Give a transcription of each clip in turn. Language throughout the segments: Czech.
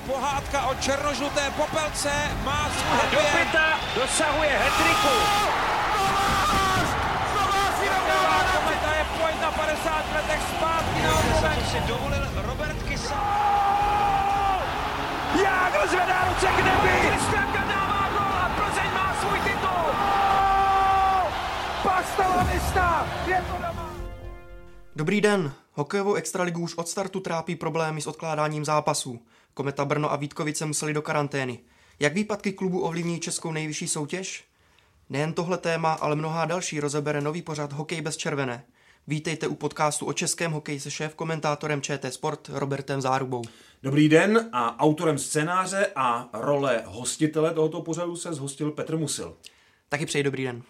pohádka o černožluté popelce má svůj happy end. Dopita dosahuje hat-tricku. Kometa je pojď na 50 letech zpátky na obloven. To si dovolil Robert Kysa. Jágr zvedá ruce k nebi. Kristianka dává gól a Plzeň má svůj titul. Pastalanista, je to doma. Dobrý den. Hokejovou extraligu už od startu trápí problémy s odkládáním zápasů. Kometa Brno a Vítkovice museli do karantény. Jak výpadky klubu ovlivní českou nejvyšší soutěž? Nejen tohle téma, ale mnohá další rozebere nový pořad Hokej bez červené. Vítejte u podcastu o českém hokeji se šéf-komentátorem ČT Sport Robertem Zárubou. Dobrý den a autorem scénáře a role hostitele tohoto pořadu se zhostil Petr Musil. Taky přeji dobrý den.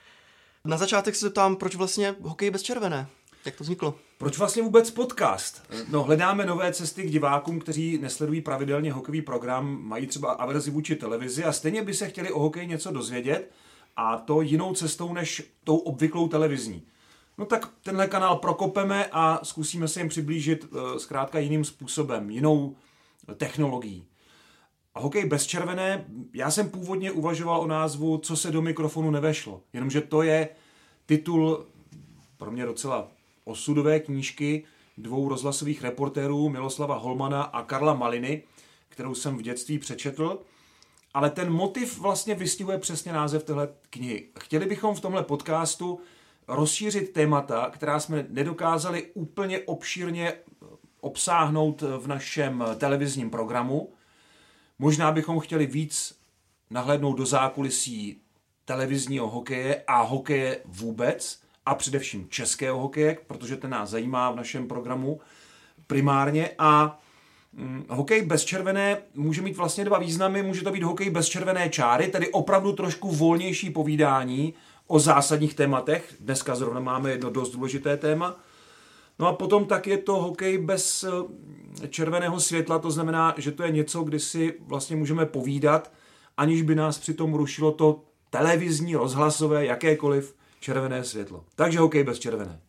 Na začátek se ptám, proč vlastně Hokej bez červené? Jak to vzniklo? Proč vlastně vůbec podcast? No, hledáme nové cesty k divákům, kteří nesledují pravidelně hokejový program, mají třeba averzi vůči televizi a stejně by se chtěli o hokeji něco dozvědět, a to jinou cestou než tou obvyklou televizní. No tak tenhle kanál prokopeme a zkusíme se jim přiblížit zkrátka jiným způsobem, jinou technologií. A Hokej bez červené, já jsem původně uvažoval o názvu Co se do mikrofonu nevešlo, jenomže to je titul pro mě docela osudové knížky dvou rozhlasových reportérů Miloslava Holmana a Karla Maliny, kterou jsem v dětství přečetl, ale ten motiv vlastně vystihuje přesně název téhle knihy. Chtěli bychom v tomhle podcastu rozšířit témata, která jsme nedokázali úplně obšírně obsáhnout v našem televizním programu. Možná bychom chtěli víc nahlédnout do zákulisí televizního hokeje a hokeje vůbec, a především českého hokeje, protože ten nás zajímá v našem programu primárně. A hokej bez červené může mít vlastně dva významy. Může to být hokej bez červené čáry, tedy opravdu trošku volnější povídání o zásadních tématech. Dneska zrovna máme jedno dost důležité téma. No a potom tak je to hokej bez červeného světla, to znamená, že to je něco, kdy si vlastně můžeme povídat, aniž by nás přitom rušilo to televizní, rozhlasové, jakékoliv červené světlo. Takže hokej bez červené.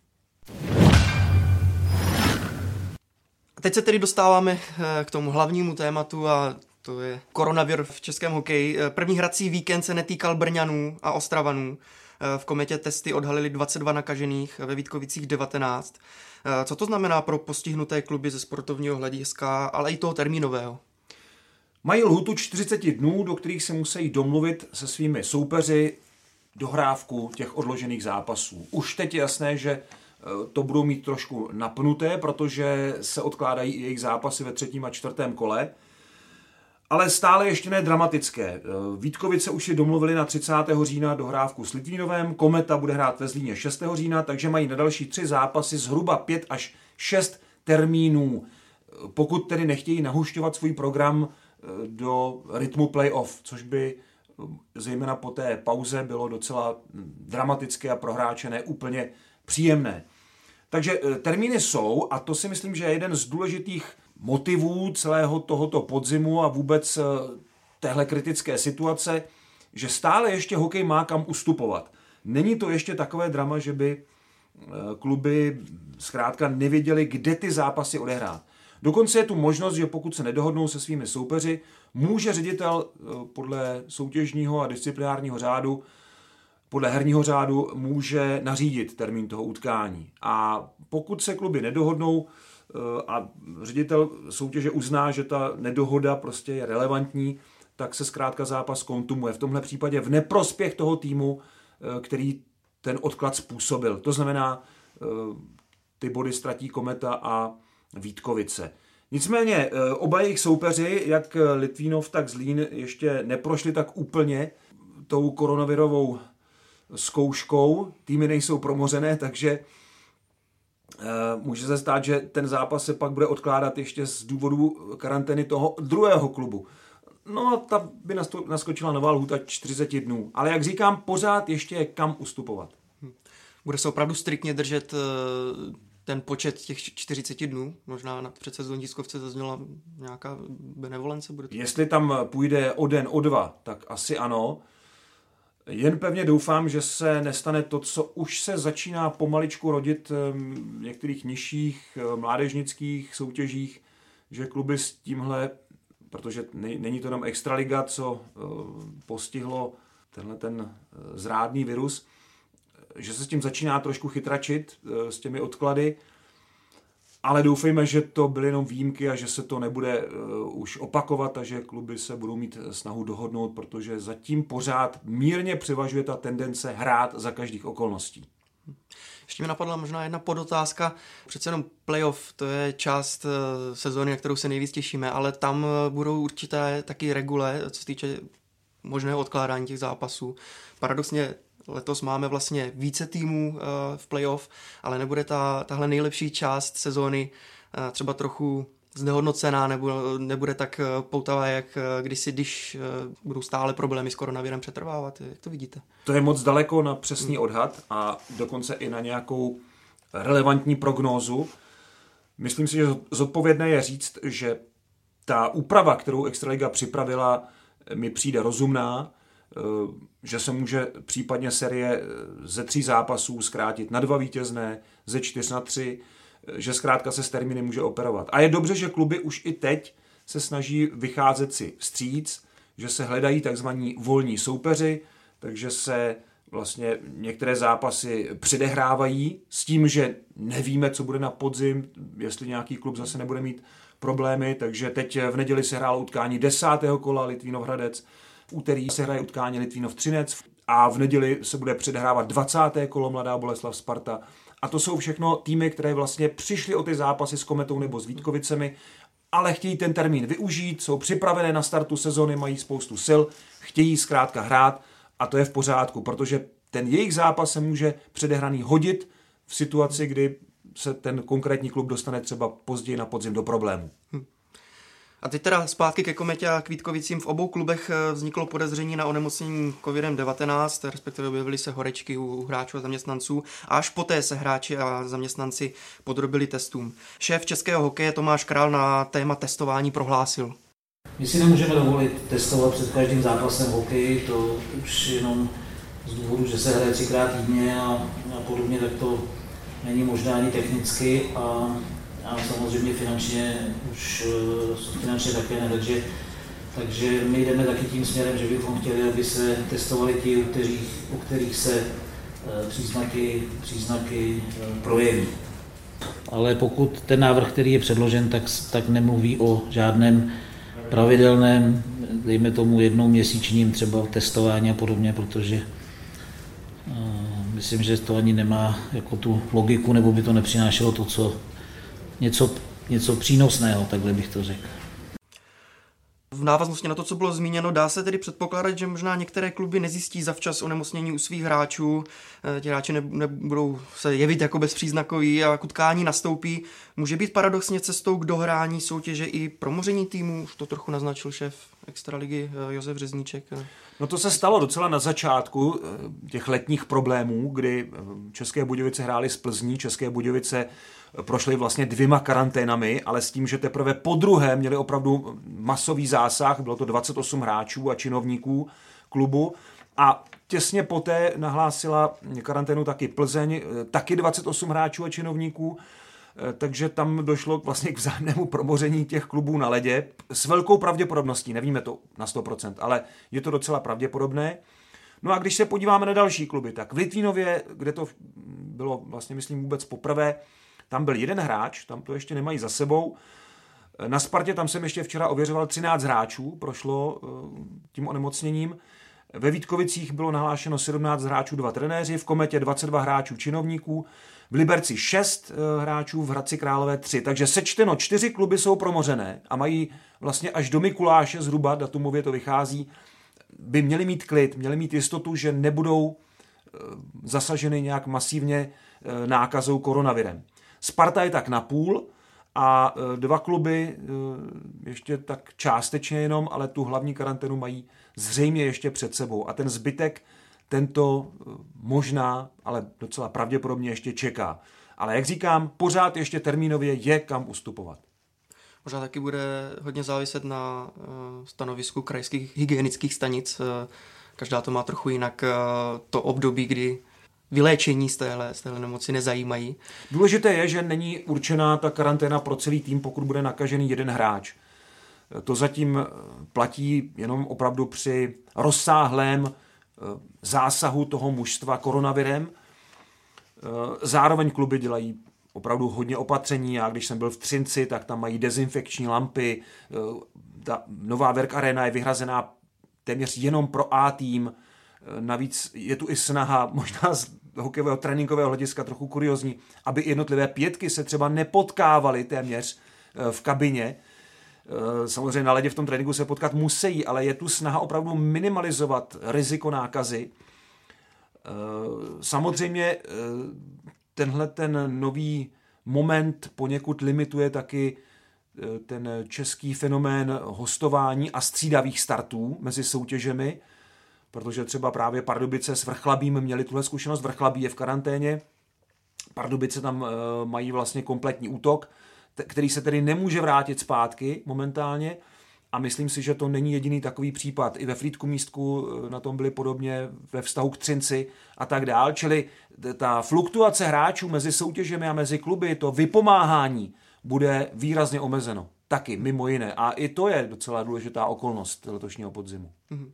A teď se tedy dostáváme k tomu hlavnímu tématu a to je koronavir v českém hokeji. První hrací víkend se netýkal Brňanů a Ostravanů. V Kometě testy odhalili 22 nakažených, ve Vítkovicích 19. Co to znamená pro postihnuté kluby ze sportovního hlediska, ale i toho termínového? Mají lhutu 40 dnů, do kterých se musí domluvit se svými soupeři dohrávku těch odložených zápasů. Už teď je jasné, že to budou mít trošku napnuté, protože se odkládají i jejich zápasy ve 3. a 4. kole. Ale stále ještě ne dramatické. Vítkovice už si domluvili na 30. října dohrávku s Litvínovem, Kometa bude hrát ve Zlíně 6. října, takže mají na další 3 zápasy zhruba 5 až 6 termínů. Pokud tedy nechtějí nahušťovat svůj program do rytmu playoff, což by zejména po té pauze bylo docela dramatické a pro hráče ne úplně příjemné. Takže termíny jsou a to si myslím, že je jeden z důležitých motivů celého tohoto podzimu a vůbec téhle kritické situace, že stále ještě hokej má kam ustupovat. Není to ještě takové drama, že by kluby zkrátka nevěděli, kde ty zápasy odehrát. Dokonce je tu možnost, že pokud se nedohodnou se svými soupeři, může ředitel podle soutěžního a disciplinárního řádu, podle herního řádu, může nařídit termín toho utkání. A pokud se kluby nedohodnou a ředitel soutěže uzná, že ta nedohoda prostě je relevantní, tak se zkrátka zápas kontumuje. V tomhle případě v neprospěch toho týmu, který ten odklad způsobil. To znamená, ty body ztratí Kometa a Vítkovice. Nicméně oba jejich soupeři, jak Litvínov, tak Zlín, ještě neprošli tak úplně tou koronavirovou zkouškou. Týmy nejsou promořené, takže může se stát, že ten zápas se pak bude odkládat ještě z důvodu karantény toho druhého klubu. No a ta by naskočila nová lhůta 40 dnů. Ale jak říkám, pořád ještě je kam ustupovat. Bude se opravdu striktně držet ten počet těch 40 dnů? Možná na předsezónní tiskovce zazněla nějaká benevolence? Bude to... Jestli tam půjde o den, o dva, tak asi ano. Jen pevně doufám, že se nestane to, co už se začíná pomaličku rodit v některých nižších mládežnických soutěžích, že kluby s tímhle protože není to jenom extraliga, co postihlo ten zrádný virus, že se s tím začíná trošku chytračit, s těmi odklady, ale doufejme, že to byly jenom výjimky a že se to nebude už opakovat a že kluby se budou mít snahu dohodnout, protože zatím pořád mírně převažuje ta tendence hrát za každých okolností. Ještě mi napadla možná jedna podotázka. Přece jenom playoff, to je část sezóny, na kterou se nejvíc těšíme, ale tam budou určité taky regule, co se týče možného odkládání těch zápasů. Paradoxně letos máme vlastně více týmů v playoff, ale nebude tahle nejlepší část sezóny třeba trochu znehodnocená nebo nebude tak poutavá, jak kdysi, když budou stále problémy s koronavirem přetrvávat. Jak to vidíte? To je moc daleko na přesný odhad a dokonce i na nějakou relevantní prognózu. Myslím si, že zodpovědné je říct, že ta úprava, kterou Extraliga připravila, mi přijde rozumná, že se může případně série ze 3 zápasů zkrátit na 2 vítězné, ze 4 na 3, že zkrátka se s termíny může operovat. A je dobře, že kluby už i teď se snaží vycházet si vstříc, že se hledají takzvaní volní soupeři, takže se vlastně některé zápasy předehrávají s tím, že nevíme, co bude na podzim, jestli nějaký klub zase nebude mít problémy, takže teď v neděli se hrálo utkání 10. kola Litvínov Hradec, v úterý se hraje utkání Litvínov Třinec a v neděli se bude předehrávat 20. kolo Mladá Boleslav Sparta. A to jsou všechno týmy, které vlastně přišly o ty zápasy s Kometou nebo s Vítkovicemi, ale chtějí ten termín využít, jsou připravené na startu sezony, mají spoustu sil, chtějí zkrátka hrát a to je v pořádku, protože ten jejich zápas se může předehraný hodit v situaci, kdy se ten konkrétní klub dostane třeba později na podzim do problému. A teď teda zpátky ke Kometě a k Vítkovicím. V obou klubech vzniklo podezření na onemocnění COVID-19, respektive objevily se horečky u hráčů a zaměstnanců a až poté se hráči a zaměstnanci podrobili testům. Šéf českého hokeje Tomáš Král na téma testování prohlásil. My si nemůžeme dovolit testovat před každým zápasem hokeji, to už jenom z důvodu, že se hraje 3krát týdně a podobně, tak to není možné ani technicky a samozřejmě finančně také ne, takže my jdeme taky tím směrem, že bychom chtěli, aby se testovali ti, u kterých se příznaky projeví. Ale pokud ten návrh, který je předložen, tak nemluví o žádném pravidelném, dejme tomu jednoměsíčním třeba testování a podobně, protože myslím, že to ani nemá jako tu logiku, nebo by to nepřinášelo to, co něco přínosného, takhle bych to řekl. V návaznosti na to, co bylo zmíněno, dá se tedy předpokládat, že možná některé kluby nezjistí zavčas onemocnění u svých hráčů, ti hráči nebudou se jevit jako bezpříznakoví a k utkání nastoupí. Může být paradoxně cestou k dohrání soutěže i promoření týmu, už to trochu naznačil šéf Extraligy Josef Řezníček. No to se stalo docela na začátku těch letních problémů, kdy České Budějovice hrály s Plzní, České Budějovice prošly vlastně 2 karanténami, ale s tím, že teprve po druhé měli opravdu masový zásah, bylo to 28 hráčů a činovníků klubu a těsně poté nahlásila karanténu taky Plzeň, taky 28 hráčů a činovníků, takže tam došlo vlastně k vzájemnému promoření těch klubů na ledě s velkou pravděpodobností, nevíme to na 100%, ale je to docela pravděpodobné. No a když se podíváme na další kluby, tak v Litvínově, kde to bylo vlastně myslím vůbec poprvé, tam byl 1 hráč, tam to ještě nemají za sebou. Na Spartě tam jsem ještě včera ověřoval 13 hráčů, prošlo tím onemocněním. Ve Vítkovicích bylo nahlášeno 17 hráčů, 2 trenéři, v Kometě 22 hráčů činovníků, v Liberci 6 hráčů, v Hradci Králové 3. Takže sečteno 4 kluby jsou promořené a mají vlastně až do Mikuláše zhruba, datumově to vychází, by měli mít klid, měli mít jistotu, že nebudou zasaženy nějak masivně nákazou koronavirem. Sparta je tak napůl a 2 kluby ještě tak částečně jenom, ale tu hlavní karanténu mají zřejmě ještě před sebou a ten zbytek tento možná, ale docela pravděpodobně ještě čeká. Ale jak říkám, pořád ještě termínově je kam ustupovat. Možná taky bude hodně záviset na stanovisku krajských hygienických stanic. Každá to má trochu jinak to období, kdy vyléčení z téhle nemoci nezajímají. Důležité je, že není určená ta karanténa pro celý tým, pokud bude nakažený 1 hráč. To zatím platí jenom opravdu při rozsáhlém zásahu toho mužstva koronavirem. Zároveň kluby dělají opravdu hodně opatření. Já když jsem byl v Třinci, tak tam mají dezinfekční lampy. Ta nová Werk Arena je vyhrazená téměř jenom pro A tým. Navíc je tu i snaha, možná z hokejového tréninkového hlediska trochu kuriozní, aby jednotlivé pětky se třeba nepotkávaly téměř v kabině. Samozřejmě na ledě v tom tréninku se potkat musí, ale je tu snaha opravdu minimalizovat riziko nákazy. Samozřejmě ten nový moment poněkud limituje taky ten český fenomén hostování a střídavých startů mezi soutěžemi, protože třeba právě Pardubice s Vrchlabím měli tuhle zkušenost. Vrchlabí je v karanténě, Pardubice tam mají vlastně kompletní útok, který se tedy nemůže vrátit zpátky momentálně a myslím si, že to není jediný takový případ. I ve Frýdku Místku na tom byli podobně ve vztahu k Třinci a tak dál, čili ta fluktuace hráčů mezi soutěžemi a mezi kluby, to vypomáhání bude výrazně omezeno. Taky, mimo jiné. A i to je docela důležitá okolnost letošního podzimu. Mm-hmm.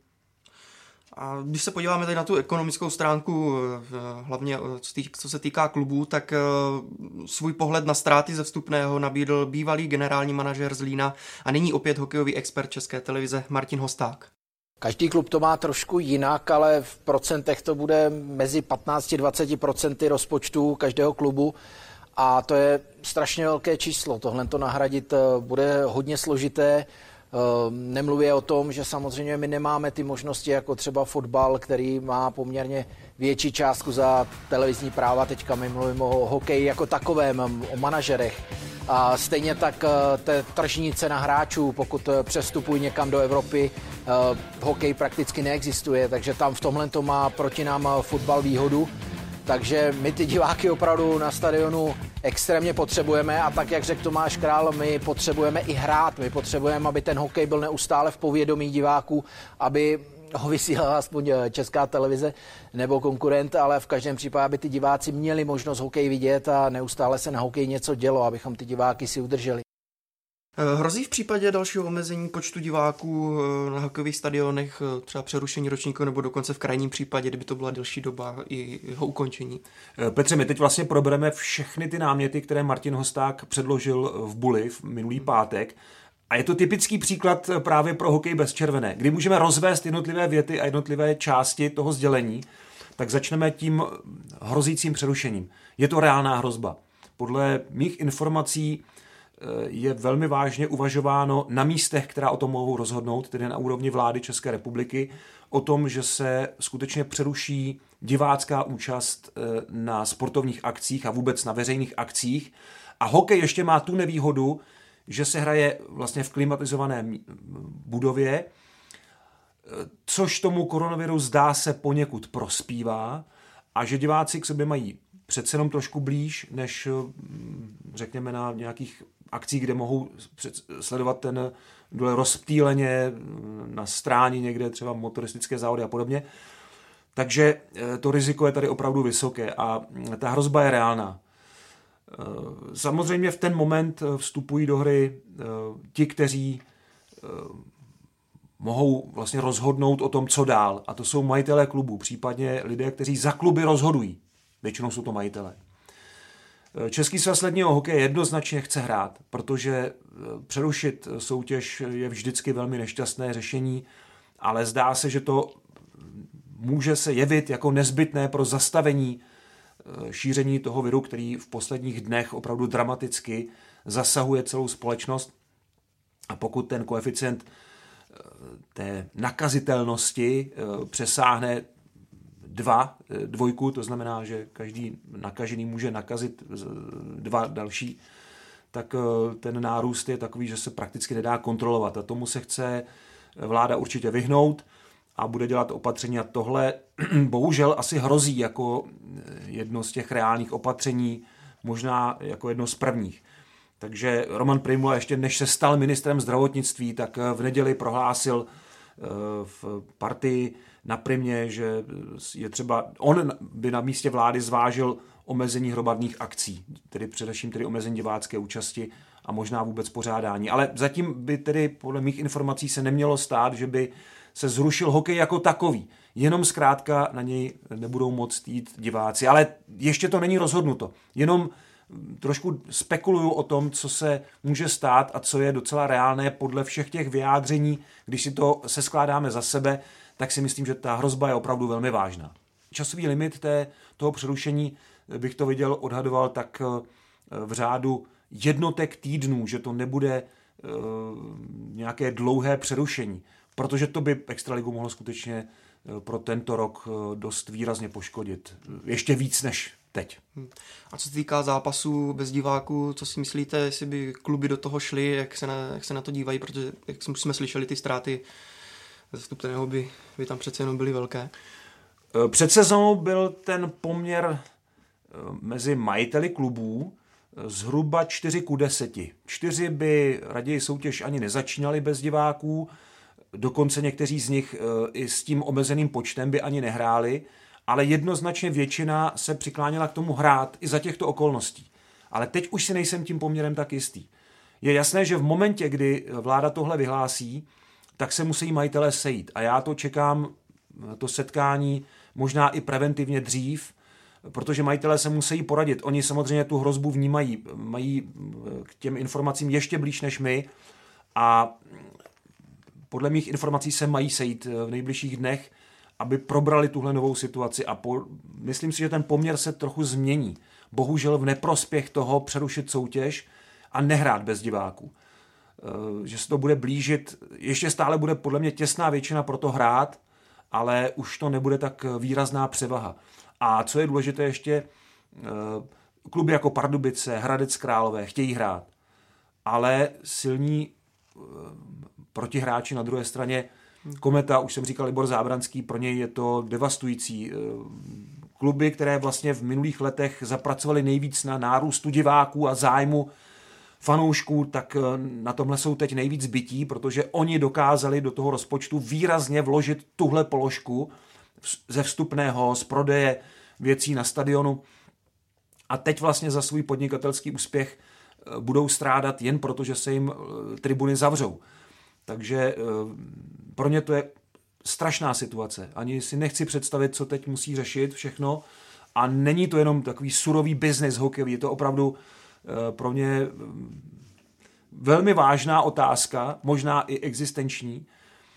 A když se podíváme tady na tu ekonomickou stránku, hlavně co se týká klubů, tak svůj pohled na ztráty ze vstupného nabídl bývalý generální manažer Zlína a nyní opět hokejový expert České televize Martin Hosták. Každý klub to má trošku jinak, ale v procentech to bude mezi 15-20% rozpočtu každého klubu a to je strašně velké číslo. Tohle to nahradit bude hodně složité. Nemluvě o tom, že samozřejmě my nemáme ty možnosti jako třeba fotbal, který má poměrně větší částku za televizní práva. Teďka my mluvíme o hokeji jako takovém, o manažerech. A stejně tak té tržní cena hráčů, pokud přestupují někam do Evropy, hokej prakticky neexistuje, takže tam v tomhle to má proti nám fotbal výhodu. Takže my ty diváky opravdu na stadionu extrémně potřebujeme a tak, jak řekl Tomáš Král, my potřebujeme i hrát, my potřebujeme, aby ten hokej byl neustále v povědomí diváků, aby ho vysílala aspoň Česká televize nebo konkurent, ale v každém případě, aby ty diváci měli možnost hokej vidět a neustále se na hokej něco dělo, abychom ty diváky si udrželi. Hrozí v případě dalšího omezení počtu diváků na hokejových stadionech třeba přerušení ročníku nebo dokonce v krajním případě, kdyby to byla delší doba i jeho ukončení? Petře, my teď vlastně probereme všechny ty náměty, které Martin Hosták předložil v Buli v minulý pátek. A je to typický příklad právě pro hokej bez červené, kdy můžeme rozvést jednotlivé věty a jednotlivé části toho sdělení, tak začneme tím hrozícím přerušením. Je to reálná hrozba. Podle mých informací je velmi vážně uvažováno na místech, která o tom mohou rozhodnout, tedy na úrovni vlády České republiky, o tom, že se skutečně přeruší divácká účast na sportovních akcích a vůbec na veřejných akcích. A hokej ještě má tu nevýhodu, že se hraje vlastně v klimatizované budově, což tomu koronaviru zdá se poněkud prospívá a že diváci k sobě mají přece jenom trošku blíž, než řekněme na nějakých akcích, kde mohou sledovat ten dole rozptýleně na stráni někde, třeba motoristické závody a podobně. Takže to riziko je tady opravdu vysoké a ta hrozba je reálná. Samozřejmě v ten moment vstupují do hry ti, kteří mohou vlastně rozhodnout o tom, co dál. A to jsou majitelé klubů, případně lidé, kteří za kluby rozhodují. Většinou jsou to majitelé. Český svaz ledního hokeje jednoznačně chce hrát, protože přerušit soutěž je vždycky velmi nešťastné řešení, ale zdá se, že to může se jevit jako nezbytné pro zastavení šíření toho viru, který v posledních dnech opravdu dramaticky zasahuje celou společnost. A pokud ten koeficient té nakazitelnosti přesáhne dvojku, to znamená, že každý nakažený může nakazit 2 další, tak ten nárůst je takový, že se prakticky nedá kontrolovat. A tomu se chce vláda určitě vyhnout a bude dělat opatření. A tohle bohužel asi hrozí jako jedno z těch reálných opatření, možná jako jedno z prvních. Takže Roman Prymula ještě než se stal ministrem zdravotnictví, tak v neděli prohlásil v Partii na Primě, že je třeba, on by na místě vlády zvážil omezení hromadných akcí, tedy především tedy omezení divácké účasti a možná vůbec pořádání. Ale zatím by tedy podle mých informací se nemělo stát, že by se zrušil hokej jako takový. Jenom zkrátka na něj nebudou moct jít diváci. Ale ještě to není rozhodnuto. Jenom trošku spekuluju o tom, co se může stát a co je docela reálné podle všech těch vyjádření. Když si to seskládáme za sebe, tak si myslím, že ta hrozba je opravdu velmi vážná. Časový limit toho přerušení bych to viděl, odhadoval tak v řádu jednotek týdnů, že to nebude nějaké dlouhé přerušení, protože to by extraligu mohlo skutečně pro tento rok dost výrazně poškodit. Ještě víc než teď. A co se týká zápasů bez diváků, co si myslíte, jestli by kluby do toho šly, jak se na to dívají, protože jak jsme slyšeli, ty ztráty zastupného by tam přece jenom byly velké? Před sezónou byl ten poměr mezi majiteli klubů zhruba 4:10. 4 by raději soutěž ani nezačínali bez diváků, dokonce někteří z nich i s tím omezeným počtem by ani nehráli, ale jednoznačně většina se přikláněla k tomu hrát i za těchto okolností. Ale teď už si nejsem tím poměrem tak jistý. Je jasné, že v momentě, kdy vláda tohle vyhlásí, tak se musí majitelé sejít. A já to čekám, to setkání, možná i preventivně dřív, protože majitelé se musí poradit. Oni samozřejmě tu hrozbu vnímají, mají k těm informacím ještě blíž než my a podle mých informací se mají sejít v nejbližších dnech, aby probrali tuhle novou situaci a myslím si, že ten poměr se trochu změní. Bohužel v neprospěch toho přerušit soutěž a nehrát bez diváků. Že se to bude blížit, ještě stále bude podle mě těsná většina pro to hrát, ale už to nebude tak výrazná převaha. A co je důležité ještě, kluby jako Pardubice, Hradec Králové chtějí hrát, ale silní protihráči na druhé straně, Kometa, už jsem říkal, Libor Zábranský, pro něj je to devastující. Kluby, které vlastně v minulých letech zapracovali nejvíc na nárůstu diváků a zájmu fanoušků, tak na tomhle jsou teď nejvíc bití, protože oni dokázali do toho rozpočtu výrazně vložit tuhle položku ze vstupného, z prodeje věcí na stadionu a teď vlastně za svůj podnikatelský úspěch budou strádat jen proto, že se jim tribuny zavřou. Takže pro ně to je strašná situace. Ani si nechci představit, co teď musí řešit všechno a není to jenom takový surový biznis hokejový, je to opravdu pro ně velmi vážná otázka, možná i existenční,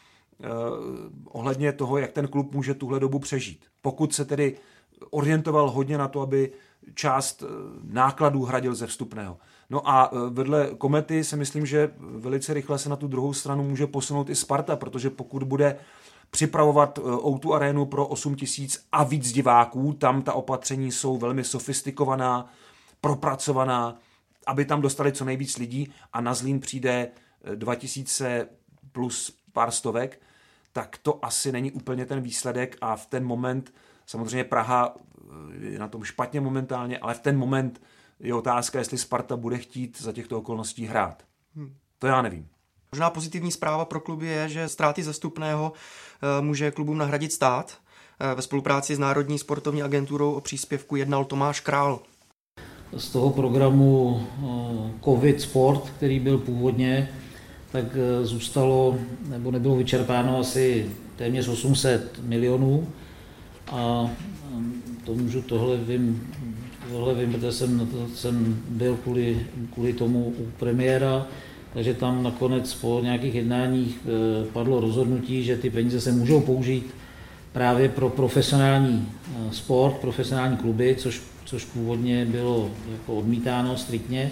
ohledně toho, jak ten klub může tuhle dobu přežít. Pokud se tedy orientoval hodně na to, aby část nákladů hradil ze vstupného. No a vedle Komety si myslím, že velice rychle se na tu druhou stranu může posunout i Sparta, protože pokud bude připravovat O2 arénu pro 8 000 a víc diváků, tam ta opatření jsou velmi sofistikovaná, propracovaná, aby tam dostali co nejvíc lidí a na Zlín přijde 2000 plus pár stovek, tak to asi není úplně ten výsledek a v ten moment, samozřejmě Praha je na tom špatně momentálně, ale v ten moment je otázka, jestli Sparta bude chtít za těchto okolností hrát. To já nevím. Možná pozitivní zpráva pro kluby je, že ztráty zastupného může klubům nahradit stát. Ve spolupráci s Národní sportovní agenturou o příspěvku jednal Tomáš Král. Z toho programu COVID Sport, který byl původně, tak zůstalo, nebo nebylo vyčerpáno asi téměř 800 milionů a tohle vím, protože jsem byl kvůli tomu u premiéra, takže tam nakonec po nějakých jednáních padlo rozhodnutí, že ty peníze se můžou použít právě pro profesionální sport, profesionální kluby, což původně bylo jako odmítáno striktně.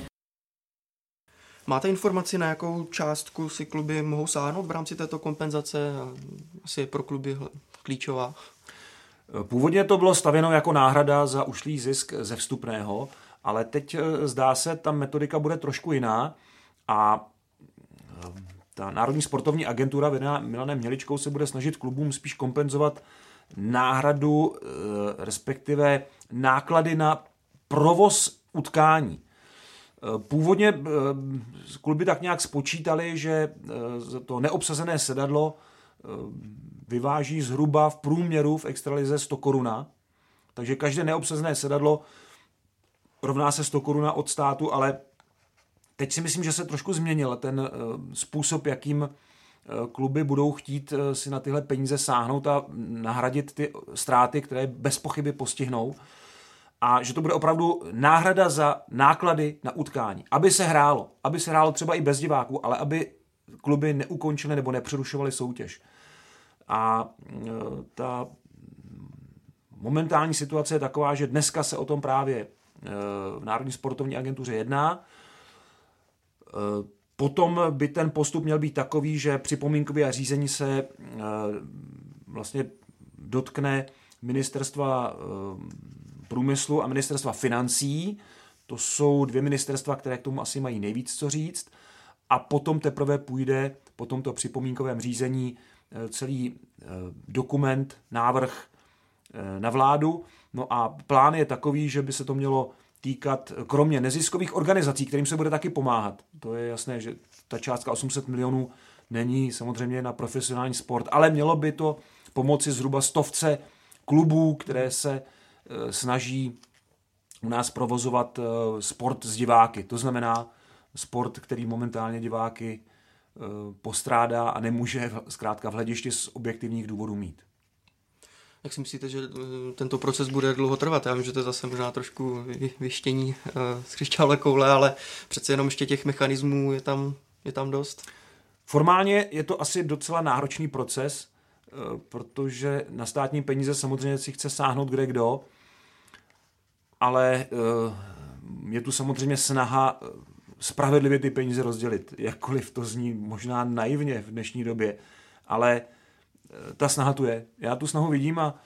Máte informaci, na jakou částku si kluby mohou sáhnout v rámci této kompenzace? Asi je pro kluby klíčová. Původně to bylo stavěno jako náhrada za ušlý zisk ze vstupného, ale teď zdá se, ta metodika bude trošku jiná a ta Národní sportovní agentura vedená Milanem Hněličkou se bude snažit klubům spíš kompenzovat náhradu, respektive náklady na provoz utkání. Původně kluby tak nějak spočítali, že to neobsazené sedadlo vyváží zhruba v průměru v extralize 100 koruna, takže každé neobsazené sedadlo rovná se 100 koruna od státu, ale Teď si myslím, že se trošku změnil ten způsob, jakým kluby budou chtít si na tyhle peníze sáhnout a nahradit ty ztráty, které bez pochyby postihnou. A že to bude opravdu náhrada za náklady na utkání. Aby se hrálo třeba i bez diváků, ale aby kluby neukončily nebo nepřerušovaly soutěž. A ta momentální situace je taková, že dneska se o tom právě v Národní sportovní agentuře jedná. Potom by ten postup měl být takový, že připomínkové řízení se vlastně dotkne ministerstva průmyslu a ministerstva financí. To jsou 2 ministerstva, které k tomu asi mají nejvíc co říct. A potom teprve půjde po tomto připomínkovém řízení celý dokument, návrh na vládu. No a plán je takový, že by se to mělo týkat kromě neziskových organizací, kterým se bude taky pomáhat. To je jasné, že ta částka 800 milionů není samozřejmě na profesionální sport, ale mělo by to pomoci zhruba 100 klubů, které se snaží u nás provozovat sport s diváky. To znamená sport, který momentálně diváky postrádá a nemůže zkrátka v hledišti z objektivních důvodů mít. Jak si myslíte, že tento proces bude dlouho trvat? Já vím, že to je zase možná trošku vyštění z křišťálové koule, ale přece jenom ještě těch mechanismů je tam dost. Formálně je to asi docela náročný proces, protože na státní peníze samozřejmě si chce sáhnout kdekdo, ale je tu samozřejmě snaha spravedlivě ty peníze rozdělit. Jakkoliv to zní možná naivně v dnešní době, ale ta snaha tu je. Já tu snahu vidím a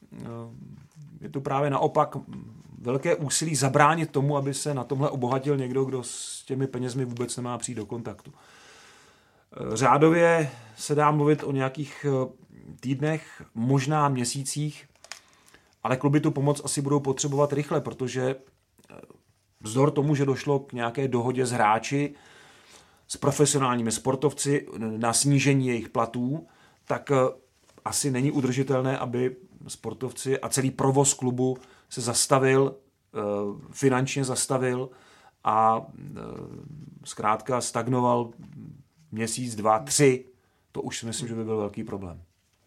je to právě naopak velké úsilí zabránit tomu, aby se na tomhle obohatil někdo, kdo s těmi penězmi vůbec nemá přijít do kontaktu. Řádově se dá mluvit o nějakých týdnech, možná měsících, ale kluby tu pomoc asi budou potřebovat rychle, protože vzdor tomu, že došlo k nějaké dohodě s hráči, s profesionálními sportovci na snížení jejich platů, tak asi není udržitelné, aby sportovci a celý provoz klubu se zastavil, finančně zastavil a zkrátka stagnoval měsíc, 2, 3. To už si myslím, že by byl velký problém.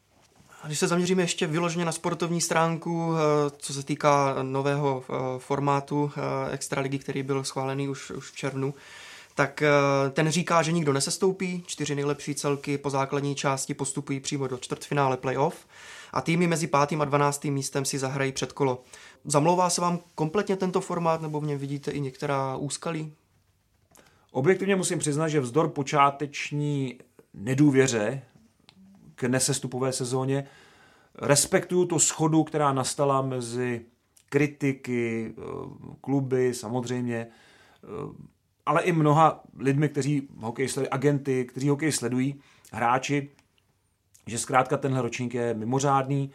A když se zaměříme ještě vyloženě na sportovní stránku, co se týká nového formátu extraligy, který byl schválený už v červnu, tak ten říká, že nikdo nesestoupí, 4 nejlepší celky po základní části postupují přímo do čtvrtfinále playoff a týmy mezi 5. a 12. místem si zahrají předkolo. Zamlouvá se vám kompletně tento formát, nebo v něm vidíte i některá úskalí? Objektivně musím přiznat, že vzdor počáteční nedůvěře k nesestupové sezóně respektuju tu shodu, která nastala mezi kritiky, kluby samozřejmě, ale i mnoha lidmi, kteří hokej sledují, agenty, kteří hokej sledují, hráči, že zkrátka tenhle ročník je mimořádný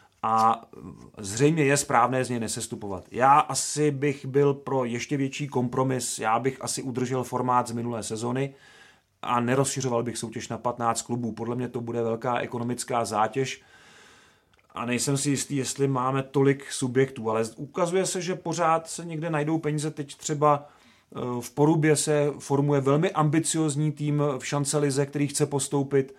a zřejmě je správné z něj nesestupovat. Já asi bych byl pro ještě větší kompromis, já bych asi udržel formát z minulé sezony a nerozšiřoval bych soutěž na 15 klubů. Podle mě to bude velká ekonomická zátěž a nejsem si jistý, jestli máme tolik subjektů, ale ukazuje se, že pořád se někde najdou peníze. Teď třeba v Porubě se formuje velmi ambiciozní tým v šancelize, který chce postoupit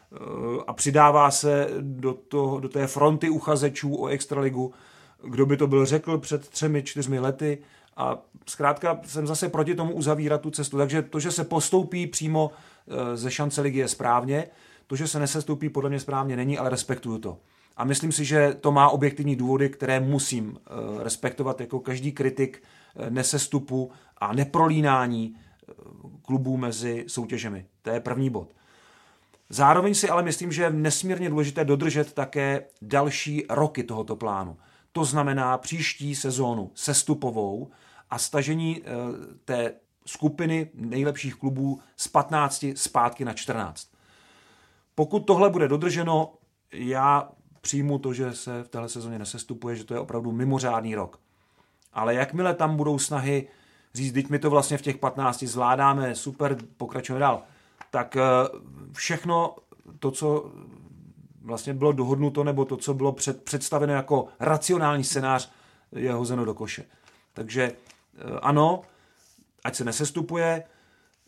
a přidává se do té fronty uchazečů o extraligu. Kdo by to byl řekl před 3-4 lety a zkrátka jsem zase proti tomu uzavírat tu cestu. Takže to, že se postoupí přímo ze šanceligy je správně, to, že se nesestoupí, podle mě správně není, ale respektuju to. A myslím si, že to má objektivní důvody, které musím respektovat jako každý kritik nesestupu a neprolínání klubů mezi soutěžemi. To je první bod. Zároveň si ale myslím, že je nesmírně důležité dodržet také další roky tohoto plánu. To znamená příští sezónu sestupovou a stažení té skupiny nejlepších klubů z 15 zpátky na 14. Pokud tohle bude dodrženo, já přijmu to, že se v téhle sezóně nesestupuje, že to je opravdu mimořádný rok. Ale jakmile tam budou snahy říct, teď my to vlastně v těch 15 zvládáme, super, pokračujeme dál, tak všechno to, co vlastně bylo dohodnuto, nebo to, co bylo představeno jako racionální scénář, je hozeno do koše. Takže ano, ať se nesestupuje,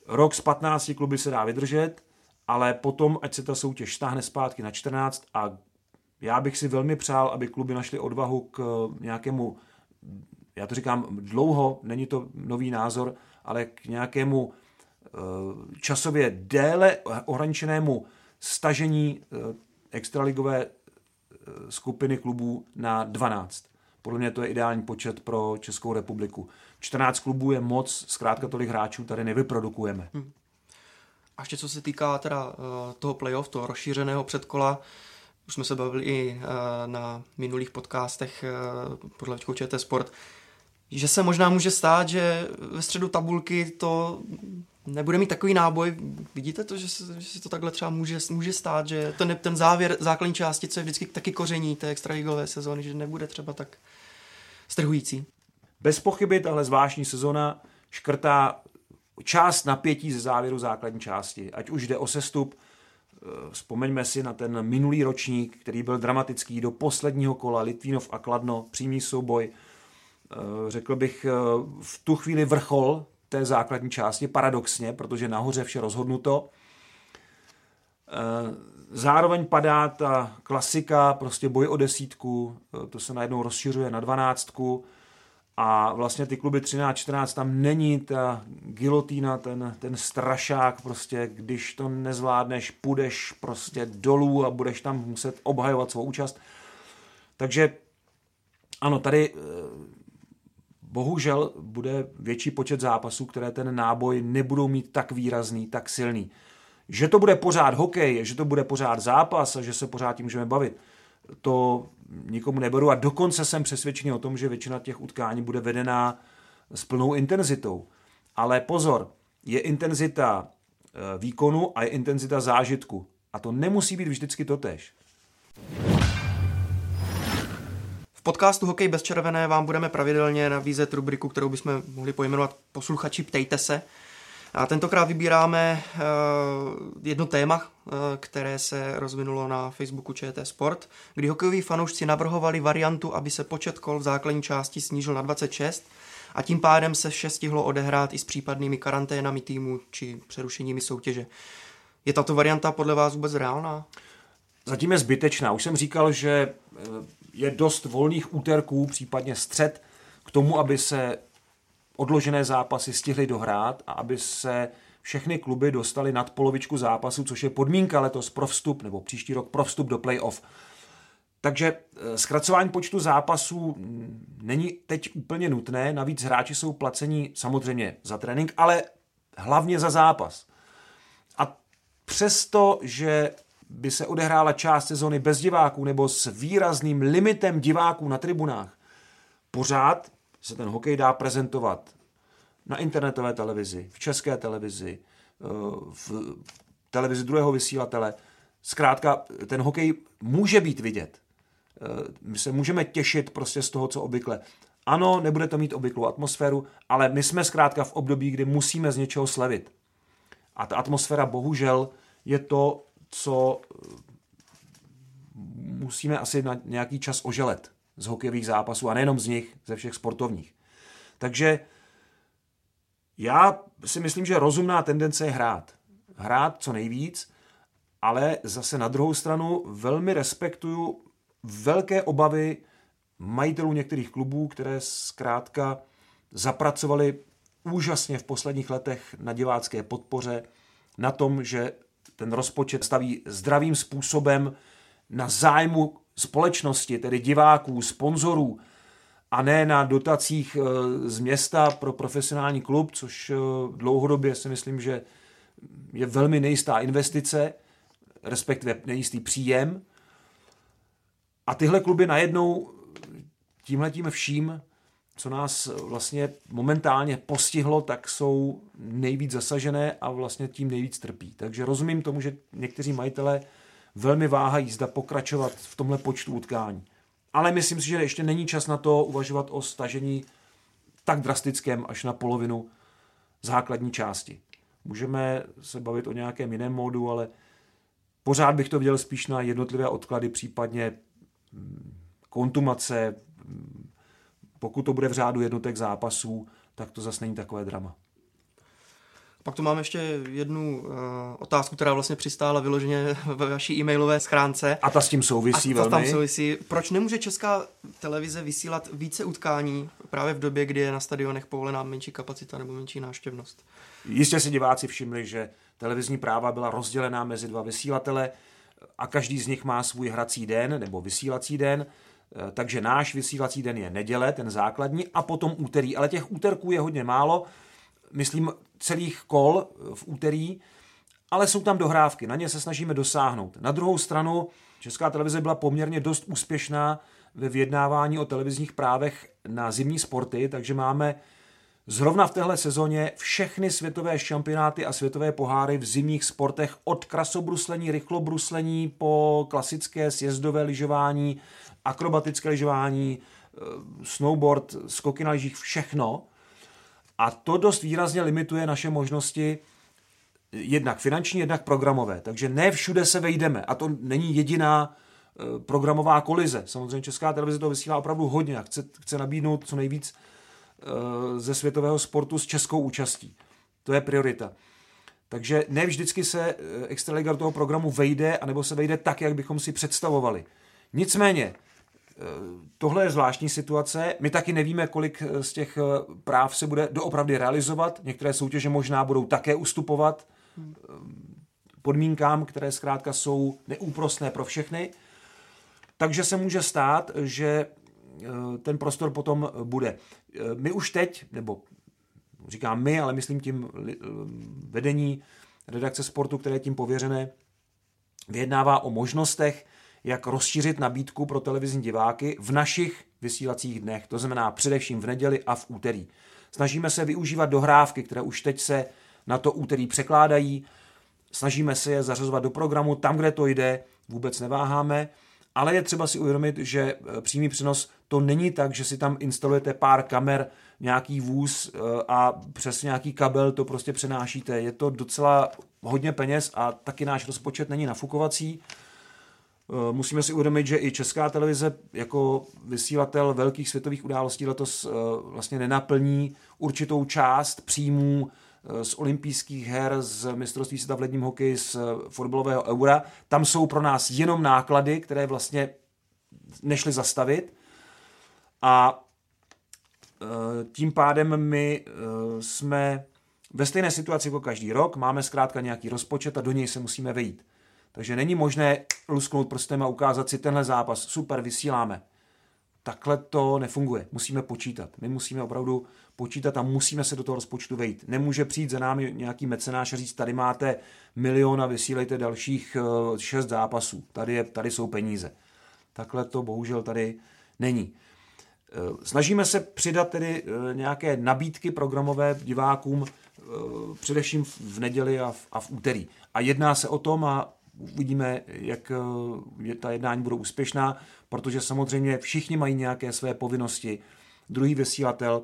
Rok z 15 kluby se dá vydržet, ale potom, ať se ta soutěž stáhne zpátky na 14 a já bych si velmi přál, aby kluby našly odvahu k nějakému, já to říkám dlouho, není to nový názor, ale k nějakému časově déle ohraničenému stažení extraligové skupiny klubů na 12. Podle mě to je ideální počet pro Českou republiku. 14 klubů je moc, zkrátka tolik hráčů tady nevyprodukujeme. A ještě co se týká teda toho playoff, toho rozšířeného předkola, už jsme se bavili i na minulých podcastech pod hlavičkou ČT Sport, že se možná může stát, že ve středu tabulky to nebude mít takový náboj. Vidíte to, že se to takhle třeba může stát, že ten závěr základní části, co je vždycky taky koření té extraligové sezóny, že nebude třeba tak strhující? Bez pochyby tahle zvláštní sezona škrtá část napětí ze závěru základní části. Ať už jde o sestup, vzpomeňme si na ten minulý ročník, který byl dramatický do posledního kola, Litvínov a Kladno, přímý souboj. Řekl bych v tu chvíli vrchol té základní části, paradoxně, protože nahoře vše rozhodnuto. Zároveň padá ta klasika, prostě boj o 10, to se najednou rozšiřuje na 12 a vlastně ty kluby 13-14, tam není ta gilotína, ten strašák, prostě, když to nezvládneš, půjdeš prostě dolů a budeš tam muset obhajovat svou účast. Takže ano, tady bohužel bude větší počet zápasů, které ten náboj nebudou mít tak výrazný, tak silný. Že to bude pořád hokej, že to bude pořád zápas a že se pořád tím můžeme bavit, to nikomu neberu a dokonce jsem přesvědčený o tom, že většina těch utkání bude vedená s plnou intenzitou. Ale pozor, je intenzita výkonu a je intenzita zážitku. A to nemusí být vždycky totéž. V podcastu Hokej bez červené vám budeme pravidelně nabízet rubriku, kterou bychom mohli pojmenovat Posluchači ptejte se. A tentokrát vybíráme jedno téma, které se rozvinulo na Facebooku ČT Sport, kdy hokejoví fanoušci navrhovali variantu, aby se počet kol v základní části snížil na 26 a tím pádem se vše stihlo odehrát i s případnými karanténami týmu či přerušeními soutěže. Je tato varianta podle vás vůbec reálná? Zatím je zbytečná. Už jsem říkal, že je dost volných úterků, případně střed, k tomu, aby se odložené zápasy stihly dohrát a aby se všechny kluby dostaly nad polovičku zápasů, což je podmínka letos pro vstup, nebo příští rok pro vstup do play-off. Takže zkracování počtu zápasů není teď úplně nutné, navíc hráči jsou placení samozřejmě za trénink, ale hlavně za zápas. A přesto, že by se odehrála část sezony bez diváků nebo s výrazným limitem diváků na tribunách, pořád se ten hokej dá prezentovat na internetové televizi, v české televizi, v televizi druhého vysílatele. Zkrátka, ten hokej může být vidět. My se můžeme těšit prostě z toho, co obvykle. Ano, nebude to mít obvyklou atmosféru, ale my jsme zkrátka v období, kdy musíme z něčeho slevit. A ta atmosféra bohužel je to, co musíme asi na nějaký čas oželet z hokejových zápasů a nejenom z nich, ze všech sportovních. Takže já si myslím, že rozumná tendence je hrát. Hrát co nejvíc, ale zase na druhou stranu velmi respektuju velké obavy majitelů některých klubů, které zkrátka zapracovali úžasně v posledních letech na divácké podpoře, na tom, že ten rozpočet staví zdravým způsobem na zájmu společnosti, tedy diváků, sponzorů, a ne na dotacích z města pro profesionální klub, což dlouhodobě si myslím, že je velmi nejistá investice, respektive nejistý příjem. A tyhle kluby najednou tímhletím vším, co nás vlastně momentálně postihlo, tak jsou nejvíc zasažené a vlastně tím nejvíc trpí. Takže rozumím tomu, že někteří majitelé velmi váhají, zda pokračovat v tomhle počtu utkání. Ale myslím si, že ještě není čas na to uvažovat o stažení tak drastickém až na polovinu základní části. Můžeme se bavit o nějakém jiném módu, ale pořád bych to viděl spíš na jednotlivé odklady, případně kontumace. Pokud to bude v řádu jednotek zápasů, tak to zase není takové drama. Pak tu máme ještě jednu otázku, která vlastně přistála vyloženě ve vaší e-mailové schránce. A ta s tím souvisí velmi. Tam souvisí. Proč nemůže Česká televize vysílat více utkání právě v době, kdy je na stadionech povolená menší kapacita nebo menší návštěvnost? Jistě si diváci všimli, že televizní práva byla rozdělená mezi 2 vysílatele a každý z nich má svůj hrací den nebo vysílací den, takže náš vysílací den je neděle, ten základní, a potom úterý. Ale těch úterků je hodně málo, myslím celých kol v úterý, ale jsou tam dohrávky, na ně se snažíme dosáhnout. Na druhou stranu Česká televize byla poměrně dost úspěšná ve vyjednávání o televizních právech na zimní sporty, takže máme zrovna v téhle sezóně všechny světové šampionáty a světové poháry v zimních sportech od krasobruslení, rychlobruslení po klasické sjezdové lyžování, akrobatické lyžování, snowboard, skoky na lyžích, všechno. A to dost výrazně limituje naše možnosti jednak finanční, jednak programové. Takže ne všude se vejdeme. A to není jediná programová kolize. Samozřejmě Česká televize to vysílá opravdu hodně a chce nabídnout co nejvíc ze světového sportu s českou účastí. To je priorita. Takže ne vždycky se Extraliga do toho programu vejde, anebo se vejde tak, jak bychom si představovali. Nicméně, tohle je zvláštní situace. My taky nevíme, kolik z těch práv se bude doopravdy realizovat. Některé soutěže možná budou také ustupovat podmínkám, které zkrátka jsou neúprosné pro všechny. Takže se může stát, že ten prostor potom bude. My už teď, nebo říkám my, ale myslím tím vedení redakce sportu, které je tím pověřené, vyjednává o možnostech, jak rozšířit nabídku pro televizní diváky v našich vysílacích dnech, to znamená především v neděli a v úterý. Snažíme se využívat dohrávky, které už teď se na to úterý překládají, snažíme se je zařazovat do programu, tam, kde to jde, vůbec neváháme, ale je třeba si uvědomit, že přímý přenos to není tak, že si tam instalujete pár kamer, nějaký vůz a přes nějaký kabel to prostě přenášíte. Je to docela hodně peněz a taky náš rozpočet není nafukovací. Musíme si uvědomit, že i Česká televize jako vysílatel velkých světových událostí letos vlastně nenaplní určitou část příjmů z olympijských her, z mistrovství světa v ledním hokeji, z fotbalového Eura. Tam jsou pro nás jenom náklady, které vlastně nešly zastavit. A tím pádem my jsme ve stejné situaci jako každý rok. Máme zkrátka nějaký rozpočet a do něj se musíme vejít. Takže není možné lusknout prstem a ukázat si tenhle zápas. Super, vysíláme. Takhle to nefunguje. Musíme počítat. My musíme opravdu počítat a musíme se do toho rozpočtu vejít. Nemůže přijít za námi nějaký mecenáš a říct, tady máte 1 milion a vysílejte dalších 6 zápasů. Tady jsou peníze. Takhle to bohužel tady není. Snažíme se přidat tedy nějaké nabídky programové divákům především v neděli a v úterý. A jedná se o tom a uvidíme, jak ta jednání budou úspěšná, protože samozřejmě všichni mají nějaké své povinnosti. Druhý vysílatel,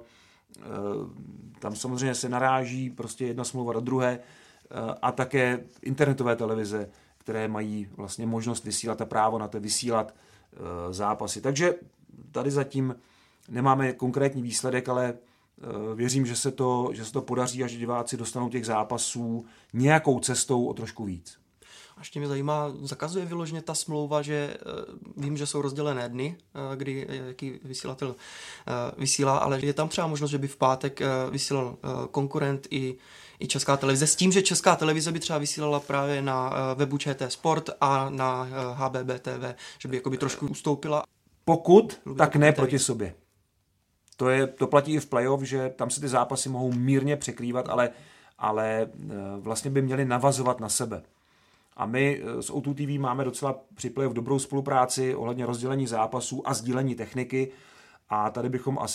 tam samozřejmě se naráží prostě jedna smlouva do druhé a také internetové televize, které mají vlastně možnost vysílat a právo na to vysílat zápasy. Takže tady zatím nemáme konkrétní výsledek, ale věřím, že se to podaří a že diváci dostanou těch zápasů nějakou cestou o trošku víc. A ještě mě zajímá, zakazuje vyloženě ta smlouva, že vím, že jsou rozdělené dny, kdy jaký vysílatel vysílá, ale je tam třeba možnost, že by v pátek vysílal konkurent i Česká televize, s tím, že Česká televize by třeba vysílala právě na webu ČT Sport a na HBB TV, že by jakoby trošku ustoupila. Pokud, tak ne proti sobě. To platí i v playoff, že tam se ty zápasy mohou mírně překrývat, ale vlastně by měly navazovat na sebe. A my s O2 TV máme docela při playoff dobrou spolupráci ohledně rozdělení zápasů a sdílení techniky a tady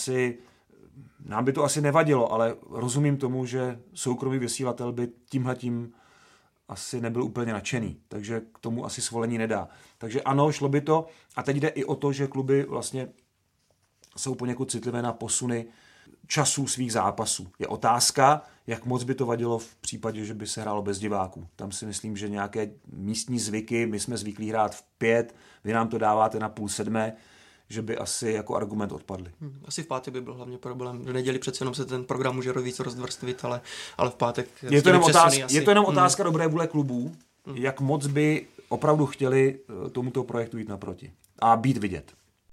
nám by to asi nevadilo, ale rozumím tomu, že soukromý vysílatel by tímhletím asi nebyl úplně nadšený, takže k tomu asi svolení nedá. Takže ano, šlo by to a teď jde i o to, že kluby vlastně jsou poněkud citlivé na posuny časů svých zápasů. Je otázka, jak moc by to vadilo v případě, že by se hrálo bez diváků. Tam si myslím, že nějaké místní zvyky, my jsme zvyklí hrát v 5, vy nám to dáváte na 6:30, že by asi jako argument odpadly. Asi v pátek by byl hlavně problém. V neděli přece jenom se ten program může víc rozvrstvit, ale v pátek... Je to jenom otázka dobré vůle klubů, jak moc by opravdu chtěli tomuto projektu jít naproti a být vidět.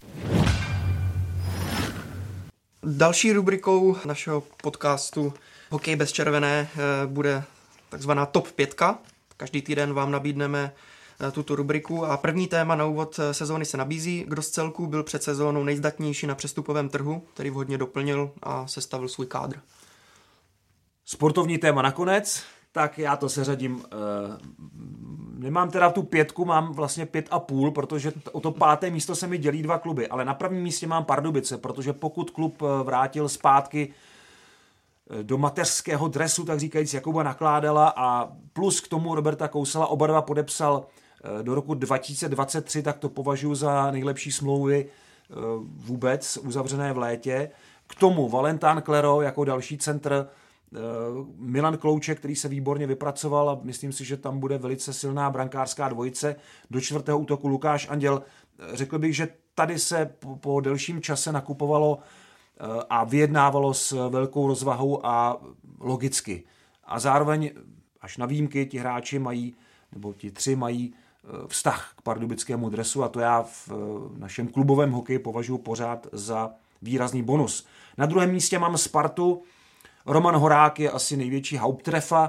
Další rubrikou našeho podcastu Hokej bez červené bude takzvaná Top 5. Každý týden vám nabídneme tuto rubriku a první téma na úvod sezóny se nabízí. Kdo z celku byl před sezónou nejzdatnější na přestupovém trhu, který vhodně doplnil a sestavil svůj kádr? Sportovní téma nakonec, tak já to seřadím. Nemám teda tu 5, mám vlastně 5,5, protože o to 5. místo se mi dělí 2 kluby, ale na prvním místě mám Pardubice, protože pokud klub vrátil zpátky do mateřského dresu, tak říkajíc Jakuba Nakládala a plus k tomu Roberta Kousala, oba dva podepsal do roku 2023, tak to považuji za nejlepší smlouvy vůbec uzavřené v létě. K tomu Valentán Klero jako další centr, Milan Klouček, který se výborně vypracoval a myslím si, že tam bude velice silná brankářská dvojice. Do 4. útoku Lukáš Anděl. Řekl bych, že tady se po delším čase nakupovalo a vyjednávalo s velkou rozvahou a logicky. A zároveň až na výjimky ti hráči mají, nebo ti 3 mají vztah k pardubickému dresu a to já v našem klubovém hokeji považuji pořád za výrazný bonus. Na druhém místě mám Spartu. Roman Horák je asi největší haupttreffa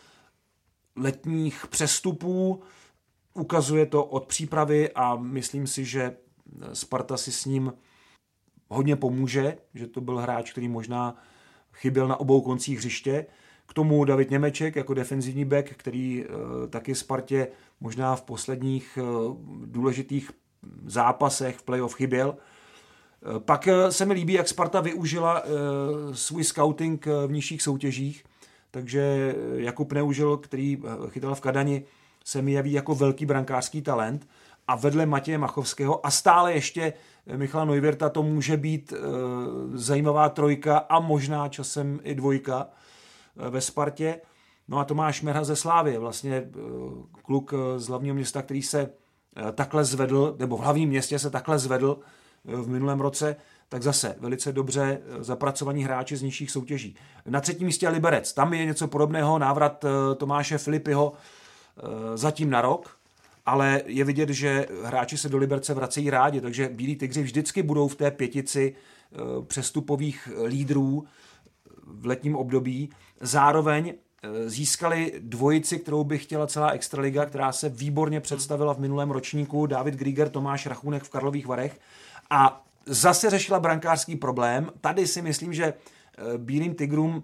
letních přestupů. Ukazuje to od přípravy a myslím si, že Sparta si s ním hodně pomůže, že to byl hráč, který možná chyběl na obou koncích hřiště. K tomu David Němeček jako defenzivní back, který taky Spartě možná v posledních důležitých zápasech v playoff chyběl. Pak se mi líbí, jak Sparta využila svůj scouting v nižších soutěžích, takže Jakub Neužil, který chytal v Kadani, se mi javí jako velký brankářský talent a vedle Matěje Machovského a stále ještě Michala Neuwirta to může být zajímavá 3 a možná časem i 2 ve Spartě. No a Tomáš Merha ze Slávie, vlastně kluk z hlavního města, který se takhle zvedl, nebo v hlavním městě se takhle zvedl v minulém roce, tak zase velice dobře zapracovaní hráči z nižších soutěží. Na 3. místě je Liberec. Tam je něco podobného, návrat Tomáše Filipyho zatím na rok, ale je vidět, že hráči se do Liberce vracejí rádi, takže Bílí tygři vždycky budou v té 5 přestupových lídrů v letním období. Zároveň získali dvojici, kterou by chtěla celá extraliga, která se výborně představila v minulém ročníku, David Grieger, Tomáš Rachunek v Karlových Varech a zase řešila brankářský problém. Tady si myslím, že Bílým tygrům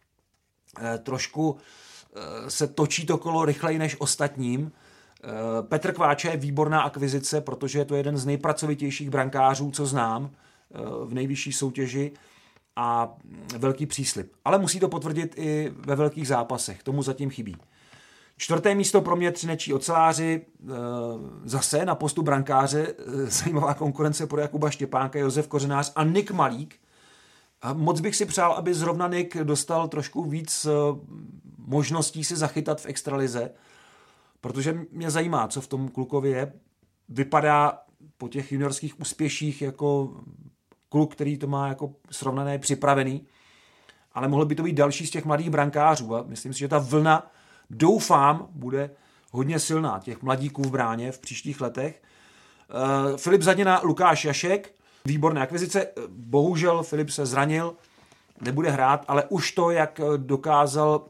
trošku se točí to kolo rychleji než ostatním. Petr Kváča je výborná akvizice, protože je to jeden z nejpracovitějších brankářů, co znám v nejvyšší soutěži a velký příslib. Ale musí to potvrdit i ve velkých zápasech, tomu zatím chybí. 4. místo pro mě Třinečtí oceláři, zase na postu brankáře, zajímavá konkurence pro Jakuba Štěpánka, Josef Kořenář a Nik Malík. A moc bych si přál, aby zrovna Nik dostal trošku víc možností si zachytat v extralize, protože mě zajímá, co v tom klukovi je. Vypadá po těch juniorských úspěších jako kluk, který to má jako srovnané, připravený, ale mohl by to být další z těch mladých brankářů a myslím si, že ta vlna, doufám, bude hodně silná těch mladíků v bráně v příštích letech. Filip Zadina, Lukáš Jašek, výborné akvizice, bohužel Filip se zranil, nebude hrát, ale už to, jak dokázal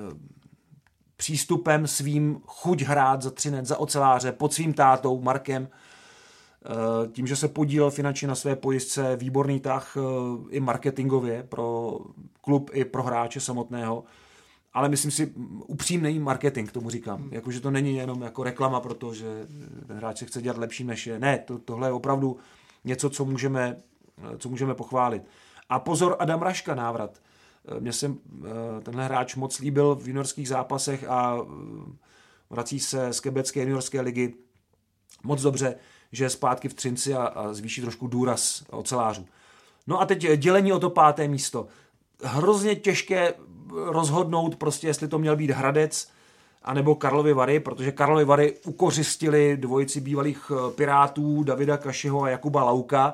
přístupem svým chuť hrát za Třinec, za oceláře, pod svým tátou Markem, tím, že se podílel finančně na své pojistce, výborný tah i marketingově pro klub i pro hráče samotného, ale myslím si upřímný marketing, tomu říkám, jakože to není jenom jako reklama, protože ten hráč se chce dělat lepší než je. Ne, tohle je opravdu něco, co můžeme pochválit. A pozor, Adam Raška návrat. Mně se tenhle hráč moc líbil v juniorských zápasech a vrací se z quebecké juniorské ligy moc dobře, že je zpátky v Třinci a zvýší trošku důraz ocelářů. No a teď dělení o to 5. místo. Hrozně těžké rozhodnout prostě, jestli to měl být Hradec anebo Karlovy Vary, protože Karlovy Vary ukořistili dvojici bývalých Pirátů Davida Kašiho a Jakuba Lauka.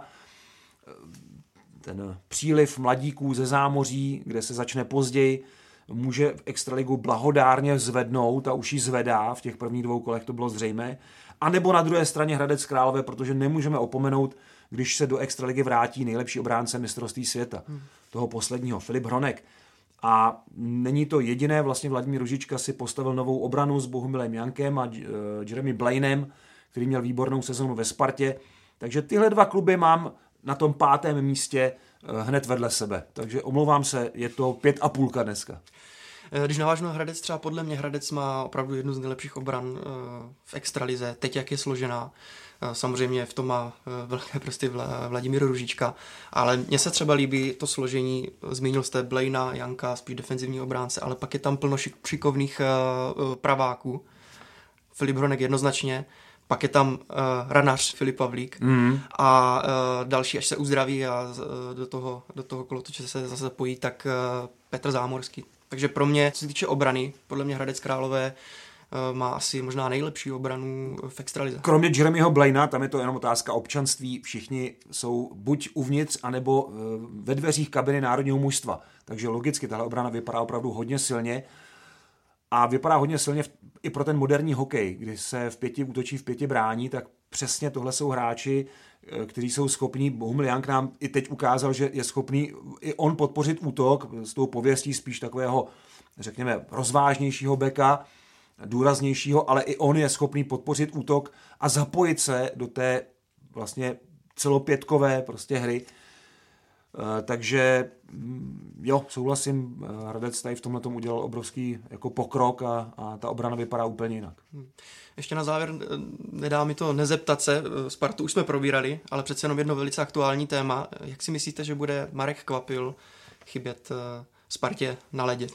Ten příliv mladíků ze zámoří, kde se začne později, může v extraligu blahodárně zvednout a už ji zvedá, v těch prvních 2 kolech to bylo zřejmé. A nebo na druhé straně Hradec Králové, protože nemůžeme opomenout, když se do extraligy vrátí nejlepší obránce mistrovství světa, toho posledního, Filip Hronek. A není to jediné, vlastně Vladimír Růžička si postavil novou obranu s Bohumilem Jankem a Jeremy Blainem, který měl výbornou sezonu ve Spartě. Takže tyhle 2 kluby mám na tom 5. místě hned vedle sebe. Takže omlouvám se, je to 5,5 dneska. Když navážu na Hradec, třeba podle mě Hradec má opravdu jednu z nejlepších obran v extralize, teď jak je složená. Samozřejmě v tom má velké prsty Vladimír Růžička, ale mně se třeba líbí to složení, zmínil jste Blaina, Janka, spíš defenzivní obránce, ale pak je tam plno šikovných praváků. Filip Hronek jednoznačně, pak je tam ranař Filip Pavlík a další, až se uzdraví a do toho kolotoče se zase zapojí, tak Petr Zámorský. Takže pro mě, co se týče obrany, podle mě Hradec Králové má asi možná nejlepší obranu v extralize. Kromě Jeremyho Blaina, tam je to jenom otázka občanství, všichni jsou buď uvnitř, anebo ve dveřích kabiny národního mužstva. Takže logicky tahle obrana vypadá opravdu hodně silně a vypadá hodně silně i pro ten moderní hokej, kdy se v 5 útočí, v 5 brání, tak přesně tohle jsou hráči, kteří jsou schopní, Bohumil Jank nám i teď ukázal, že je schopný i on podpořit útok s tou pověstí spíš takového, řekněme, rozvážnějšího beka, důraznějšího, ale i on je schopný podpořit útok a zapojit se do té vlastně celopětkové prostě hry. Takže jo, souhlasím, Hradec tady v tomhletom udělal obrovský jako pokrok a ta obrana vypadá úplně jinak. Ještě na závěr, nedá mi to nezeptat se, Spartu už jsme probírali, ale přece jenom jedno velice aktuální téma. Jak si myslíte, že bude Marek Kvapil chybět Spartě na ledě?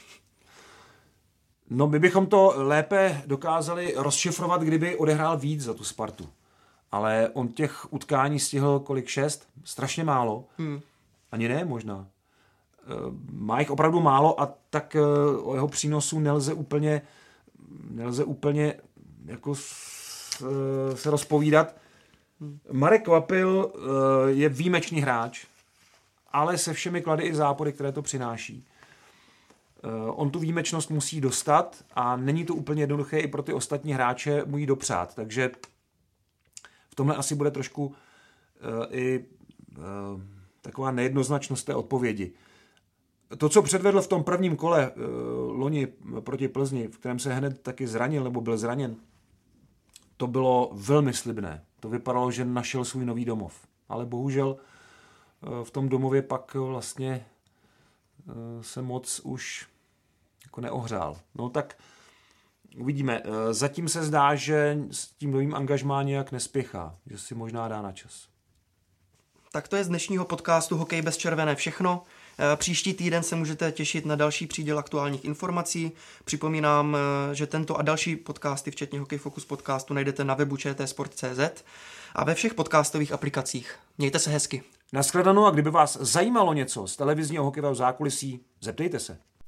No, my bychom to lépe dokázali rozšifrovat, kdyby odehrál víc za tu Spartu. Ale on těch utkání stihl kolik 6? Strašně málo. Ani ne možná. Má jich opravdu málo a tak o jeho přínosu nelze úplně jako se rozpovídat. Marek Kvapil je výjimečný hráč, ale se všemi klady i zápory, které to přináší. On tu výjimečnost musí dostat a není to úplně jednoduché i pro ty ostatní hráče mu ji dopřát. Takže v tomhle asi bude trošku i taková nejednoznačnost té odpovědi. To, co předvedl v tom prvním kole loni proti Plzni, v kterém se hned taky zranil nebo byl zraněn, to bylo velmi slibné. To vypadalo, že našel svůj nový domov. Ale bohužel v tom domově pak vlastně se moc už jako neohřál. No tak uvidíme. Zatím se zdá, že s tím novým angažmá nějak nespěchá, že si možná dá na čas. Tak to je z dnešního podcastu Hokej bez červené všechno. Příští týden se můžete těšit na další příděl aktuálních informací. Připomínám, že tento a další podcasty, včetně Hokej Focus podcastu, najdete na webu čtsport.cz a ve všech podcastových aplikacích. Mějte se hezky. Nashledanou a kdyby vás zajímalo něco z televizního hokejového zákulisí, zeptejte se.